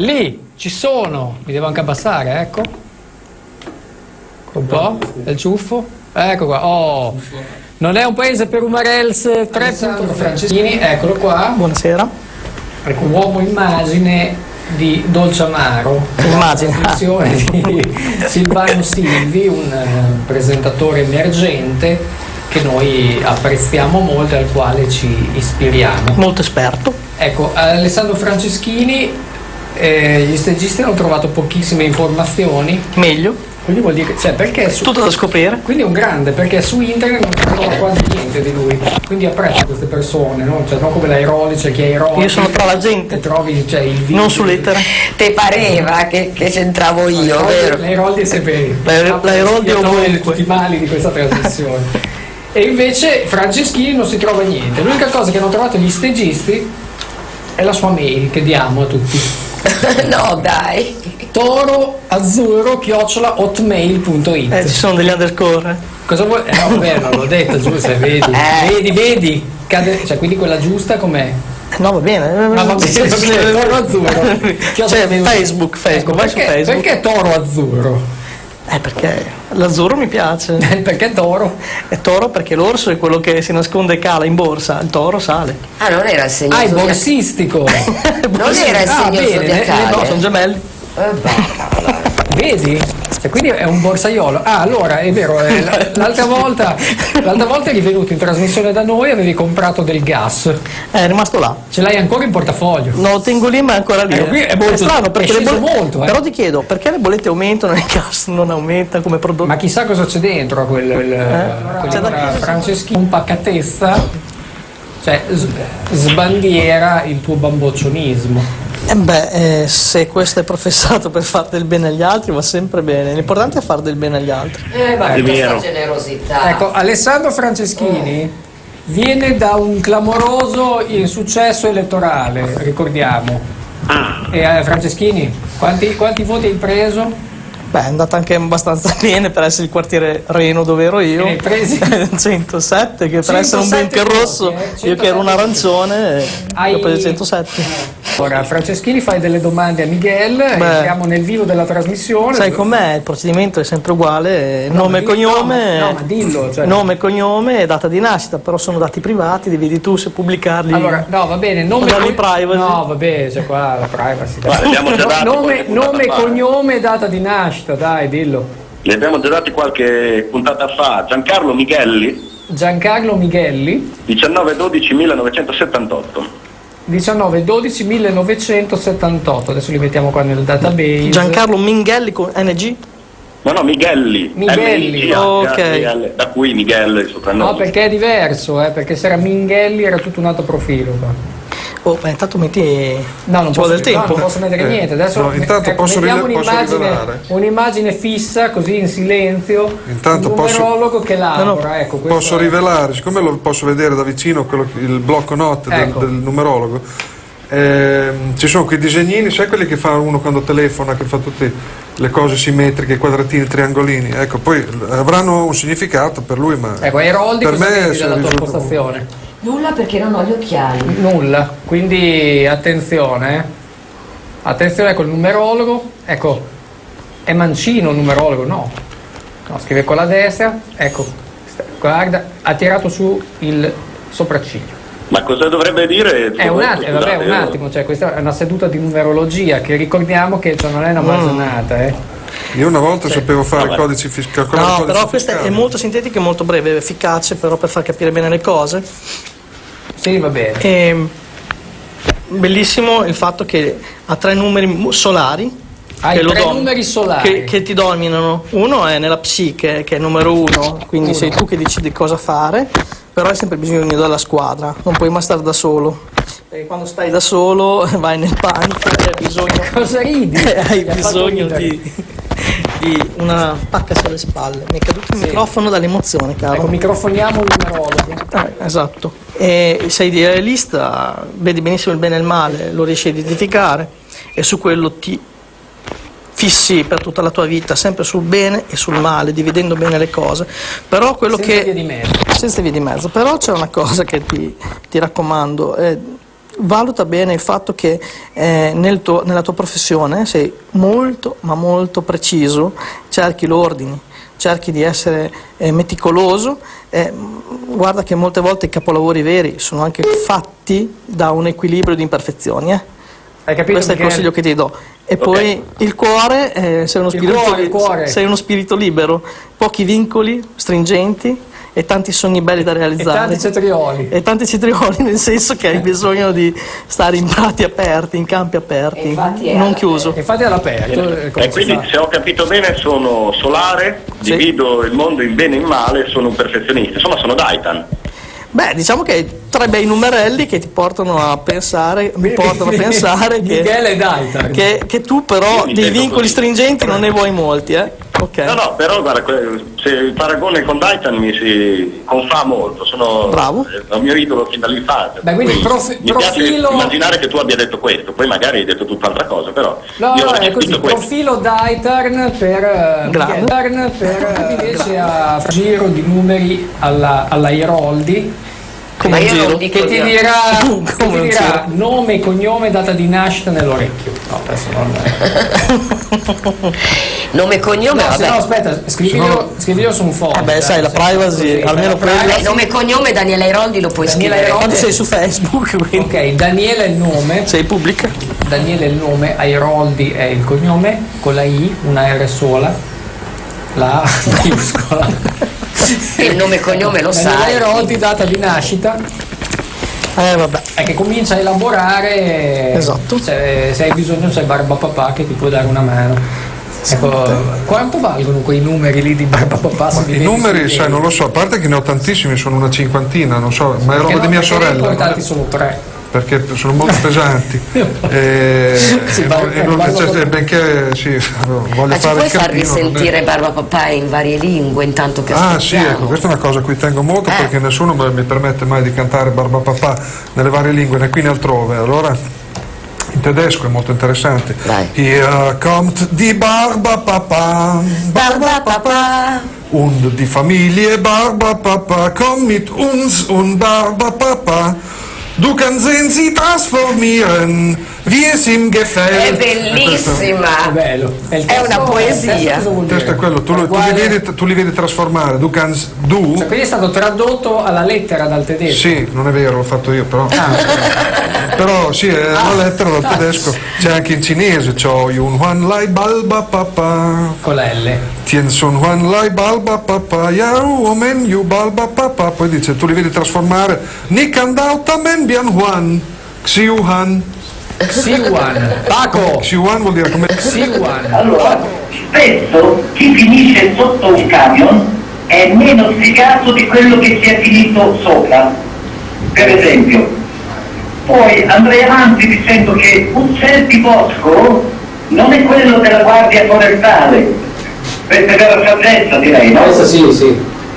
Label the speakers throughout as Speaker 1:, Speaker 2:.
Speaker 1: Lì ci sono, mi devo anche abbassare, ecco. Un po' del ciuffo. Ecco qua. Oh, non è un paese per Umarels 3. Franceschini, eccolo qua.
Speaker 2: Buonasera.
Speaker 1: Ecco, uomo immagine di Dolce Amaro.
Speaker 2: Immagine.
Speaker 1: Di Silvano Silvi, un presentatore emergente che noi apprezziamo molto e al quale ci ispiriamo.
Speaker 2: Molto esperto.
Speaker 1: Ecco, Alessandro Franceschini, gli stagisti hanno trovato pochissime informazioni.
Speaker 2: Meglio.
Speaker 1: Quindi vuol dire, cioè, perché
Speaker 2: tutto da scoprire.
Speaker 1: Quindi è un grande, perché su internet non si trova quasi niente di lui. Quindi apprezzo queste persone, no? Cioè, non come l'Airoli, c'è chi è Airoli.
Speaker 2: Io sono tra la gente.
Speaker 1: E trovi, cioè, il video.
Speaker 2: Non su lettere.
Speaker 3: Te pareva che c'entravo io, vero?
Speaker 1: L'Airoli è sempre.
Speaker 2: L'Airoli è ovunque.
Speaker 1: Tutti i mali di questa trasmissione. E invece Franceschini non si trova niente. L'unica cosa che hanno trovato gli stagisti è la sua mail che diamo a tutti.
Speaker 3: No, dai.
Speaker 1: toroazzurro@hotmail.it.
Speaker 2: Ci sono degli underscore.
Speaker 1: Cosa vuoi? No, vabbè, non l'ho detto, giusto, vedi. Vedi. Cioè, quindi quella giusta com'è?
Speaker 2: No, va bene.
Speaker 1: No, va bene, Toro Azzurro.
Speaker 2: Cioè, Facebook,
Speaker 1: ecco,
Speaker 2: vai su Facebook.
Speaker 1: Perché Toro Azzurro?
Speaker 2: Perché l'azzurro mi piace.
Speaker 1: Perché toro?
Speaker 2: È toro perché l'orso è quello che si nasconde e cala in borsa, il toro sale.
Speaker 3: Ah, non era il segno
Speaker 1: è borsistico.
Speaker 3: Non era il segno zodiacale.
Speaker 2: No, sono gemelli.
Speaker 1: Vedi? Cioè, quindi è un borsaiolo. Ah, allora è vero, l'altra volta eri venuto in trasmissione da noi, avevi comprato del gas.
Speaker 2: È rimasto là.
Speaker 1: Ce l'hai ancora in portafoglio?
Speaker 2: No, lo tengo lì, ma è ancora lì.
Speaker 1: Qui è molto
Speaker 2: strano perché
Speaker 1: molto.
Speaker 2: Però ti chiedo, perché le bollette aumentano e il gas non aumenta come prodotto?
Speaker 1: Ma chissà cosa c'è dentro a Franceschini, un pacatezza, cioè sbandiera il tuo bamboccionismo.
Speaker 2: Se questo è professato per fare del bene agli altri va sempre bene, l'importante è fare del bene agli altri.
Speaker 3: Ma è questa generosità.
Speaker 1: Ecco, Alessandro Franceschini viene da un clamoroso insuccesso elettorale, ricordiamo. E Franceschini, quanti voti hai preso?
Speaker 2: È andata anche abbastanza bene per essere il quartiere Reno dove ero io.
Speaker 1: Ne hai presi?
Speaker 2: 107, che per essere un bianco rosso, io che ero un arancione, ho preso 107.
Speaker 1: Ora, Franceschini, fai delle domande a Miguel, entriamo nel vivo della trasmissione.
Speaker 2: Sai com'è? Il procedimento è sempre uguale, nome e cognome,
Speaker 1: ma dillo, cioè.
Speaker 2: Nome, cognome e data di nascita, però sono dati privati, vedi tu se pubblicarli.
Speaker 1: Allora, no, va bene, nome
Speaker 2: e privacy.
Speaker 1: No, vabbè, c'è qua la privacy.
Speaker 4: Nome,
Speaker 1: cognome e data di nascita, dai, dillo.
Speaker 4: Li abbiamo già dati qualche puntata fa. Giancarlo Mighelli, 19/12/1978.
Speaker 1: 19/12/1978, adesso li mettiamo qua nel database.
Speaker 2: Giancarlo Minghelli con NG?
Speaker 4: No, Mighelli.
Speaker 2: Ok.
Speaker 4: Da cui Miguel il soprannome.
Speaker 1: No, perché è diverso, perché se era Minghelli era tutto un altro profilo qua.
Speaker 2: Intanto metti.
Speaker 1: No, non posso,
Speaker 2: del tempo.
Speaker 1: No, non posso mettere niente. Adesso
Speaker 5: intanto
Speaker 1: mettiamo
Speaker 5: rivelare.
Speaker 1: un'immagine fissa, così in silenzio.
Speaker 5: Intanto
Speaker 1: un numerologo che lavora. Ecco,
Speaker 5: posso rivelare, siccome lo posso vedere da vicino il blocco note del numerologo. Ci sono quei disegnini, sai quelli che fa uno quando telefona, che fa tutte le cose simmetriche, quadratini, triangolini, ecco, poi avranno un significato per lui, ma
Speaker 1: Eroldi,
Speaker 5: per me
Speaker 1: è la tua postazione.
Speaker 3: Nulla, perché non ho gli occhiali.
Speaker 1: Nulla, quindi attenzione col numerologo. Ecco, è mancino il numerologo? No, scrive con la destra, ecco, guarda, ha tirato su il sopracciglio.
Speaker 4: Ma cosa dovrebbe dire?
Speaker 1: Un attimo, cioè, questa è una seduta di numerologia che ricordiamo che non è una barzellata,
Speaker 5: Io una volta sapevo fare codici fiscali.
Speaker 2: No, però questa è molto sintetica e molto breve, efficace però per far capire bene le cose.
Speaker 1: Sì, va bene.
Speaker 2: Bellissimo il fatto che ha 3 numeri solari.
Speaker 1: Numeri solari
Speaker 2: che ti dominano. Uno è nella psiche, che è il numero 1, quindi sei tu che decidi cosa fare, però hai sempre bisogno della squadra, non puoi mai stare da solo. Perché quando stai da solo vai nel panico e hai bisogno.
Speaker 1: Cosa ridi?
Speaker 2: Hai bisogno di una pacca sulle spalle. Mi è caduto il microfono dall'emozione, caro.
Speaker 1: Ecco, microfoniamo il numerologo.
Speaker 2: Esatto. E sei idealista, vedi benissimo il bene e il male, lo riesci a identificare e su quello ti fissi per tutta la tua vita, sempre sul bene e sul male, dividendo bene le cose. Però quello
Speaker 1: senza via di mezzo.
Speaker 2: Senza via di mezzo. Però c'è una cosa che ti raccomando, valuta bene il fatto che nella tua professione sei molto ma molto preciso, cerchi l'ordine, cerchi di essere meticoloso, guarda che molte volte i capolavori veri sono anche fatti da un equilibrio di imperfezioni.
Speaker 1: Hai capito?
Speaker 2: Questo è il consiglio che ti do. E poi il cuore, sei uno spirito libero, pochi vincoli stringenti e tanti sogni belli da realizzare.
Speaker 1: E tanti cetrioli.
Speaker 2: E tanti cetrioli, nel senso che hai bisogno di stare in prati aperti, in campi aperti, non chiuso.
Speaker 1: Infatti all'aperto.
Speaker 4: E quindi, se ho capito bene, sono solare,
Speaker 2: sì.
Speaker 4: Divido il mondo in bene e in male, sono un perfezionista, insomma sono Daitan.
Speaker 2: Beh, diciamo che hai 3 bei numerelli che ti portano a pensare,
Speaker 1: Michele Daitan.
Speaker 2: che tu però dei vincoli stringenti non ne vuoi molti, Okay.
Speaker 4: No, però guarda, se il paragone con Daitan mi si confà molto, sono
Speaker 2: bravo.
Speaker 4: Il mio idolo fin dall'infanzia.
Speaker 1: Beh, quindi
Speaker 4: mi piace immaginare che tu abbia detto questo, poi magari hai detto tutt'altra cosa, però io
Speaker 1: è così, profilo Daitan per invece a giro di numeri alla Iroldi. Che ti dirà nome, cognome, data di nascita nell'orecchio. No, adesso non.
Speaker 3: Nome e cognome?
Speaker 1: No, aspetta, scrivilo su un foglio.
Speaker 2: Sai, la privacy, almeno quella.
Speaker 3: Nome e cognome Daniela Iroldi lo puoi scrivere.
Speaker 2: Quando sei su Facebook. Quindi.
Speaker 1: Ok, Daniele è il nome.
Speaker 2: Sei pubblica.
Speaker 1: Daniele è il nome, Iroldi è il cognome, con la I, una R sola, la A maiuscola.
Speaker 3: Il nome e cognome lo sai.
Speaker 1: Iroldi, data di nascita.
Speaker 2: Vabbè.
Speaker 1: È che comincia a elaborare.
Speaker 2: Esatto.
Speaker 1: Se hai bisogno c'è Barbapapà che ti può dare una mano. Ecco, quanto valgono quei numeri lì di Barbapapà?
Speaker 5: I numeri, sai, non lo so, a parte che ne ho tantissimi, sono una cinquantina, non so, ma è roba di mia sorella.
Speaker 1: Ne portati solo 3.
Speaker 5: Perché sono molto pesanti benché voglio fare
Speaker 3: puoi far risentire Barbapapà in varie lingue intanto che
Speaker 5: sì, ecco, questa è una cosa a cui tengo molto perché nessuno mi permette mai di cantare Barbapapà nelle varie lingue né qui né altrove, allora in tedesco è molto interessante. Hier kommt die Barbapapà, Barbapapà und die Familie Barbapapà, komm mit uns und Barbapapà. Du kannst sie trasformieren, wie es ihm gefällt.
Speaker 3: È bellissima,
Speaker 1: è bello.
Speaker 3: È una poesia.
Speaker 5: Il testo è quello, tu li vedi trasformare,
Speaker 1: Cioè, quindi è stato tradotto alla lettera dal tedesco?
Speaker 5: Sì, non è vero, l'ho fatto io, però. Però sì, è una lettera dal tedesco, c'è anche in cinese, Cho Yun Huan Lai Balba Papa.
Speaker 1: Con la L.
Speaker 5: Tien Sun Huan Lai Balba Papa, Yau Omen Yu Balba Papa. Poi dice, tu li vedi trasformare, Nikan Dao Tamen Bian Huan, Xiu Han.
Speaker 1: Xiuan. Paco.
Speaker 5: Xiuan vuol dire come
Speaker 1: Xiuan.
Speaker 6: Allora, spesso chi finisce sotto un camion è meno sfigato di quello che si è finito sopra. Per esempio, poi andrei avanti dicendo che un certi bosco non è quello della guardia forestale. Questa è vera saggezza, direi, no?
Speaker 1: Questa sì.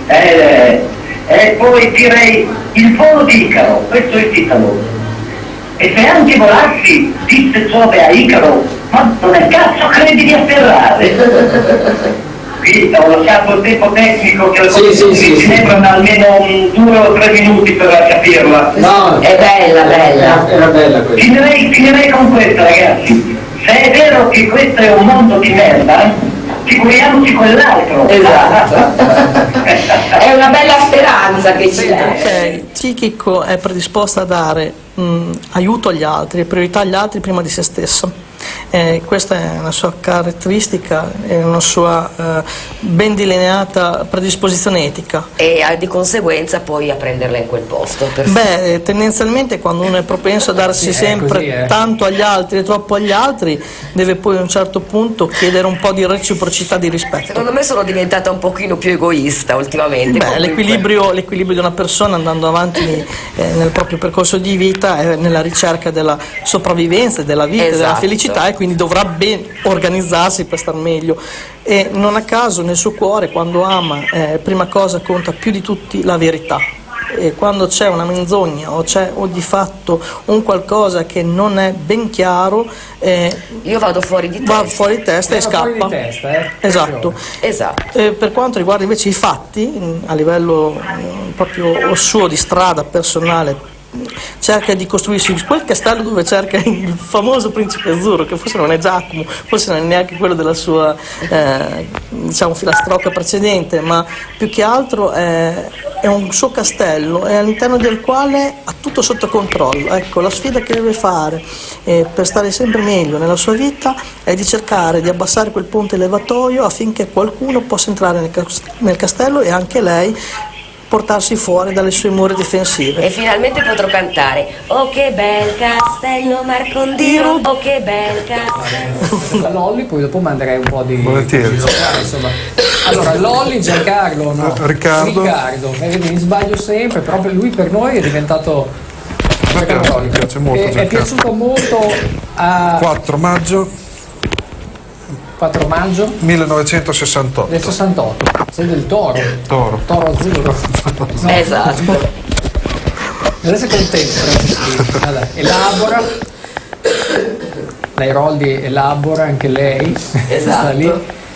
Speaker 6: E poi direi il volo di Icaro, questo è Italo. E se anche volassi, disse Giove a Icaro, ma dove cazzo credi di atterrare? Qui ho lasciato il tempo tecnico che ci sembrano almeno 2 o 3 minuti per capirla.
Speaker 3: No, è bella.
Speaker 1: Era bella questa.
Speaker 6: Finirei con questa, ragazzi. Se è vero che questo è un mondo di merda, figuriamoci quell'altro.
Speaker 3: Esatto. È una bella speranza che ci è.
Speaker 2: Ok, Psichico è predisposta a dare aiuto agli altri, priorità agli altri prima di se stesso. Questa è una sua caratteristica, è una sua ben delineata predisposizione etica.
Speaker 3: E di conseguenza poi a prenderla in quel posto.
Speaker 2: Beh, tendenzialmente quando uno è propenso a darsi sempre tanto agli altri e troppo agli altri, deve poi a un certo punto chiedere un po' di reciprocità, di rispetto.
Speaker 3: Secondo me sono diventata un pochino più egoista ultimamente.
Speaker 2: Beh, l'equilibrio di una persona andando avanti nel proprio percorso di vita è nella ricerca della sopravvivenza, della vita, della felicità, e quindi dovrà ben organizzarsi per star meglio. E non a caso nel suo cuore, quando ama, prima cosa conta più di tutti la verità. E quando c'è una menzogna o di fatto un qualcosa che non è ben chiaro,
Speaker 3: io vado fuori di testa.
Speaker 2: Va fuori di testa e scappa. Esatto. Per quanto riguarda invece i fatti, a livello proprio suo di strada personale, cerca di costruirsi quel castello dove cerca il famoso principe azzurro, che forse non è Giacomo, forse non è neanche quello della sua diciamo filastrocca precedente, ma più che altro è un suo castello e all'interno del quale ha tutto sotto controllo. Ecco, la sfida che deve fare per stare sempre meglio nella sua vita è di cercare di abbassare quel ponte levatoio affinché qualcuno possa entrare nel castello e anche lei portarsi fuori dalle sue mura difensive.
Speaker 7: E finalmente potrò cantare "Oh che bel castello Marcondiro, oh che bel castello".
Speaker 1: Lolli, poi dopo manderei un po' di...
Speaker 5: Volentieri.
Speaker 1: Insomma. Allora, Lolli, Giancarlo, no?
Speaker 5: Riccardo,
Speaker 1: vedi, mi sbaglio sempre, però lui per noi è diventato...
Speaker 5: mi piace molto
Speaker 1: È
Speaker 5: Giancarlo.
Speaker 1: piaciuto molto a...
Speaker 5: 4 maggio 1968.
Speaker 1: Del 68, sei del Toro.
Speaker 5: Toro.
Speaker 1: Toro azzurro. No.
Speaker 7: Esatto.
Speaker 1: Adesso è contento. Allora, elabora. Lei Roldi elabora anche lei.
Speaker 7: Esatto.
Speaker 1: Sta lì.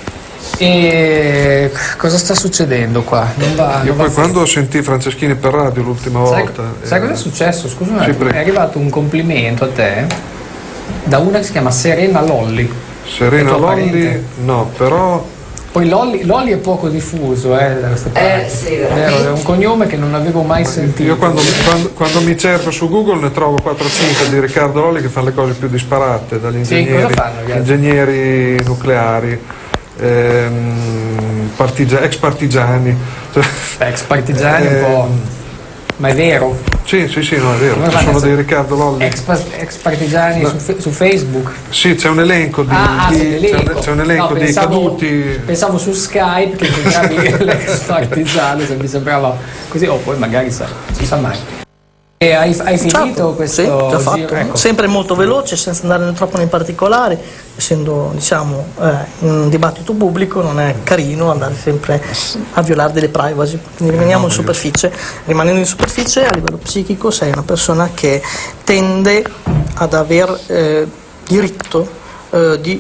Speaker 1: E cosa sta succedendo qua?
Speaker 5: Io poi quando sentì Franceschini per radio l'ultima volta...
Speaker 1: Sai cosa è successo? Scusa un
Speaker 5: Sì,
Speaker 1: attimo,
Speaker 5: prego.
Speaker 1: è arrivato un complimento a te da una che si chiama Serena Lolli.
Speaker 5: Serena
Speaker 1: È tua
Speaker 5: Lolli,
Speaker 1: parente?
Speaker 5: no, però
Speaker 1: Poi Lolli è poco diffuso, da queste parti.
Speaker 7: Sì,
Speaker 1: Vero, è un cognome che non avevo mai sentito.
Speaker 5: io quando mi cerco su Google ne trovo 4-5 di Riccardo Lolli che fanno le cose più disparate, dagli
Speaker 1: Sì,
Speaker 5: ingegneri,
Speaker 1: cosa fanno gli altri?
Speaker 5: ingegneri nucleari, ex partigiani.
Speaker 1: Ex partigiani un po'. Ma è vero?
Speaker 5: Sì, no, è vero,
Speaker 1: Come
Speaker 5: ci
Speaker 1: fanno
Speaker 5: sono
Speaker 1: a
Speaker 5: dei Riccardo Lolli.
Speaker 1: Ex partigiani su Facebook?
Speaker 5: Sì, c'è un elenco di, c'è un elenco di caduti.
Speaker 1: Pensavo su Skype che incontravi l'ex partigiano, se mi sembrava così, o poi magari non si sa mai. E hai finito
Speaker 2: Certo,
Speaker 1: questo
Speaker 2: sì, già
Speaker 1: giro?
Speaker 2: fatto.
Speaker 1: Ecco.
Speaker 2: Sempre molto veloce, senza andare troppo nei particolari, essendo diciamo in un dibattito pubblico non è carino andare sempre a violare delle privacy, quindi rimaniamo in superficie. Rimanendo in superficie, a livello psichico sei una persona che tende ad aver diritto di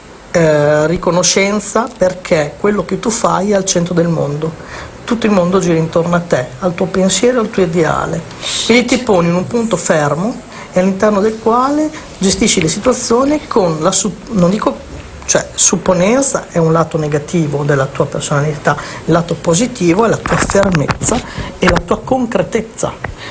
Speaker 2: riconoscenza, perché quello che tu fai è al centro del mondo. Tutto il mondo gira intorno a te, al tuo pensiero, al tuo ideale. Quindi ti poni in un punto fermo e all'interno del quale gestisci le situazioni con la, non dico, cioè supponenza è un lato negativo della tua personalità, il lato positivo è la tua fermezza e la tua concretezza.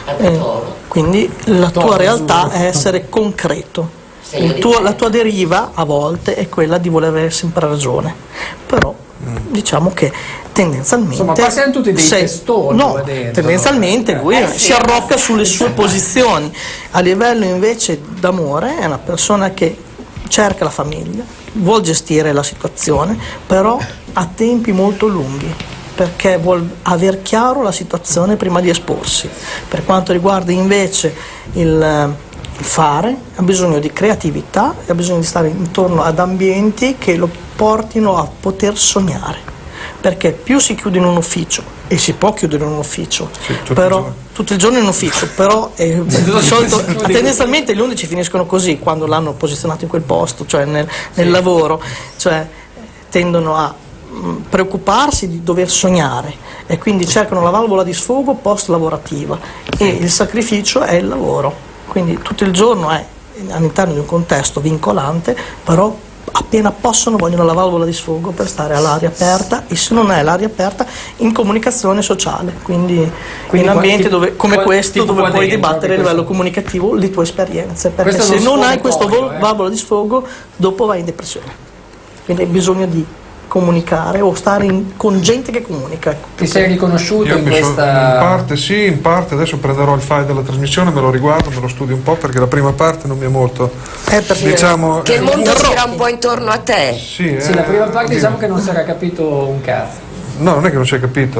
Speaker 2: Quindi la tua realtà è essere concreto. La tua deriva a volte è quella di voler avere sempre ragione, però diciamo che tendenzialmente
Speaker 1: Insomma, qua siamo tutti dei testoni,
Speaker 2: no,
Speaker 1: qua dentro,
Speaker 2: tendenzialmente
Speaker 1: no?
Speaker 2: lui si arrocca sulle sue posizioni. A livello invece d'amore è una persona che cerca la famiglia, vuol gestire la situazione, però a tempi molto lunghi, perché vuol aver chiaro la situazione prima di esporsi. Per quanto riguarda invece il fare, ha bisogno di creatività, ha bisogno di stare intorno ad ambienti che lo portino a poter sognare, perché più si chiude in un ufficio, e si può chiudere in un ufficio, però tutto il giorno in un ufficio, però di solito, tendenzialmente gli 11 finiscono così quando l'hanno posizionato in quel posto, cioè nel lavoro, cioè tendono a preoccuparsi di dover sognare e quindi cercano la valvola di sfogo post lavorativa e il sacrificio è il lavoro. Quindi tutto il giorno è all'interno di un contesto vincolante, però appena possono vogliono la valvola di sfogo per stare all'aria aperta, e se non è l'aria aperta in comunicazione sociale, quindi in ambienti come questo dove puoi dibattere a livello comunicativo le tue esperienze, perché se non hai questo valvola di sfogo dopo vai in depressione, quindi hai bisogno di comunicare o stare con gente che comunica.
Speaker 1: Ti sei riconosciuto
Speaker 5: Io
Speaker 1: in questa...
Speaker 5: In parte sì, in parte adesso prenderò il file della trasmissione, me lo riguardo, me lo studio un po', perché la prima parte non mi è molto, diciamo...
Speaker 7: Che il mondo gira un po' intorno a te.
Speaker 5: Sì,
Speaker 1: la prima parte diciamo che non si era capito un cazzo.
Speaker 5: No, non è che non si è capito,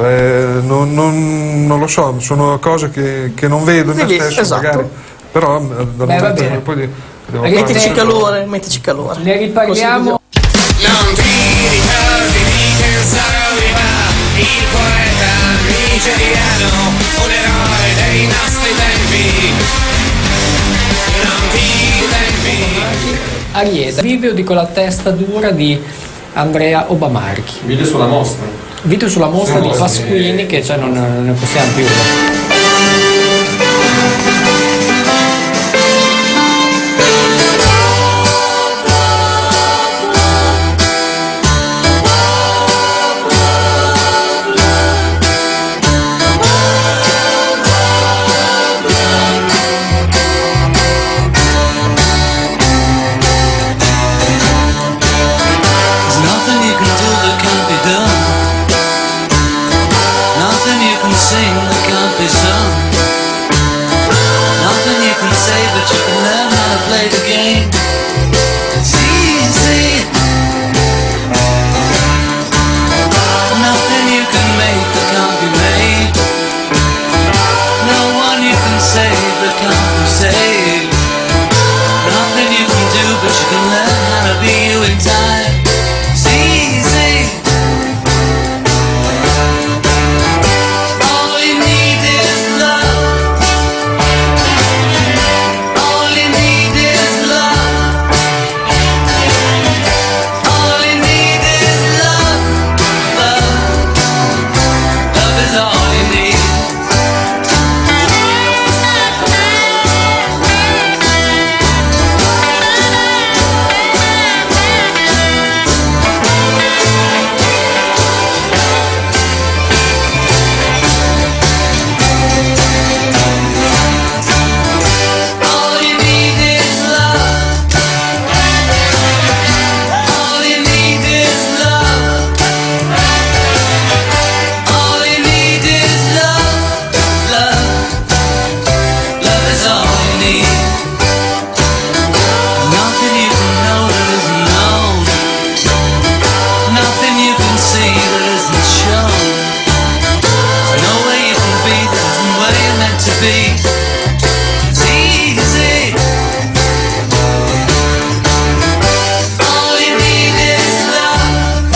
Speaker 5: non lo so, sono cose che non vedo in me stesso,
Speaker 2: esatto.
Speaker 5: Magari, però dal momento che poi devo
Speaker 2: mettici calore, mettici calore.
Speaker 1: Ne riparliamo.
Speaker 8: Non ti ricordi di Kensaviva, il poeta nigeriano, un eroe dei nostri tempi. Non ti tempi.
Speaker 1: Arieta, video di con la testa dura di Andrea Obamarchi.
Speaker 9: Video sulla mostra.
Speaker 1: Video sulla mostra di Pasquini, che cioè non ne possiamo più.
Speaker 9: say, but you can learn how to play the game. It's easy. Nothing you can make that can't be made. No one you can save that can't be saved. Nothing you can do, but you can learn how to be you in time. It's easy. All you need is love. All you need is love. All you need is love. Love is all you need. All you need is love. All you need is love. All you need is love. Love is all you need. Nothing you can know that isn't known. Nothing you can see that isn't shown. No way you can be that isn't where you're meant to be. It's easy. All you need is love.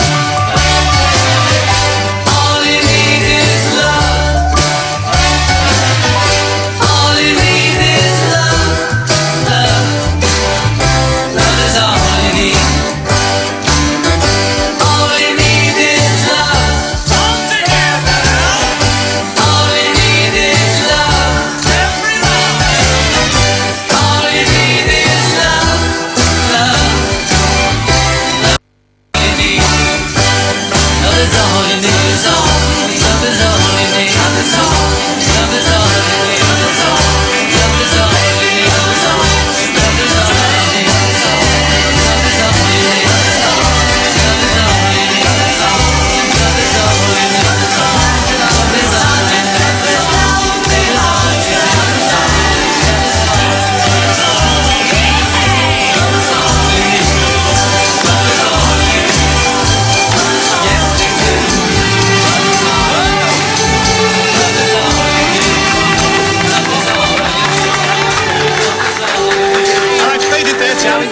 Speaker 9: All you need is love. All you need is love. Love is all you need. All you need is love. All together. All you need is love. All you need is love. Love you need. Love is all you need. Love is all you need. Love is all. Love is all you need. Love is all. Love is all you need. Love is all. Love is all you need. Love is all you need. Love is all. Love is all you need. Love is all. Love is all you need. Love is all. Love is all you need.
Speaker 8: Alright, fade it there, Charlie.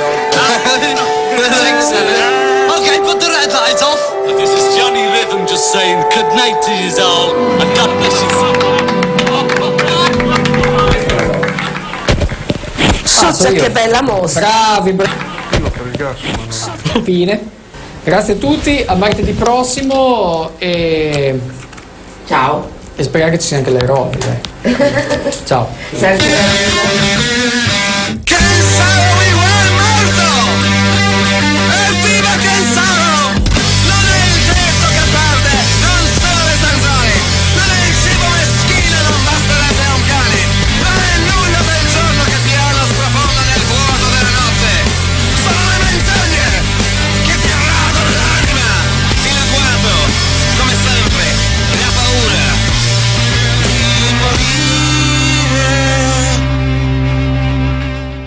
Speaker 9: Okay, put the red light off.
Speaker 8: This is Johnny Rhythm just saying good night to you all, and God bless you.
Speaker 3: Sozza, che bella mostra.
Speaker 1: Bravi, bravi.
Speaker 5: Per il gas, ma non-
Speaker 1: Fine. Grazie a tutti, a martedì prossimo e
Speaker 3: Ciao.
Speaker 1: speriamo che ci sia anche l'aerobico. Ciao.
Speaker 3: Sempre.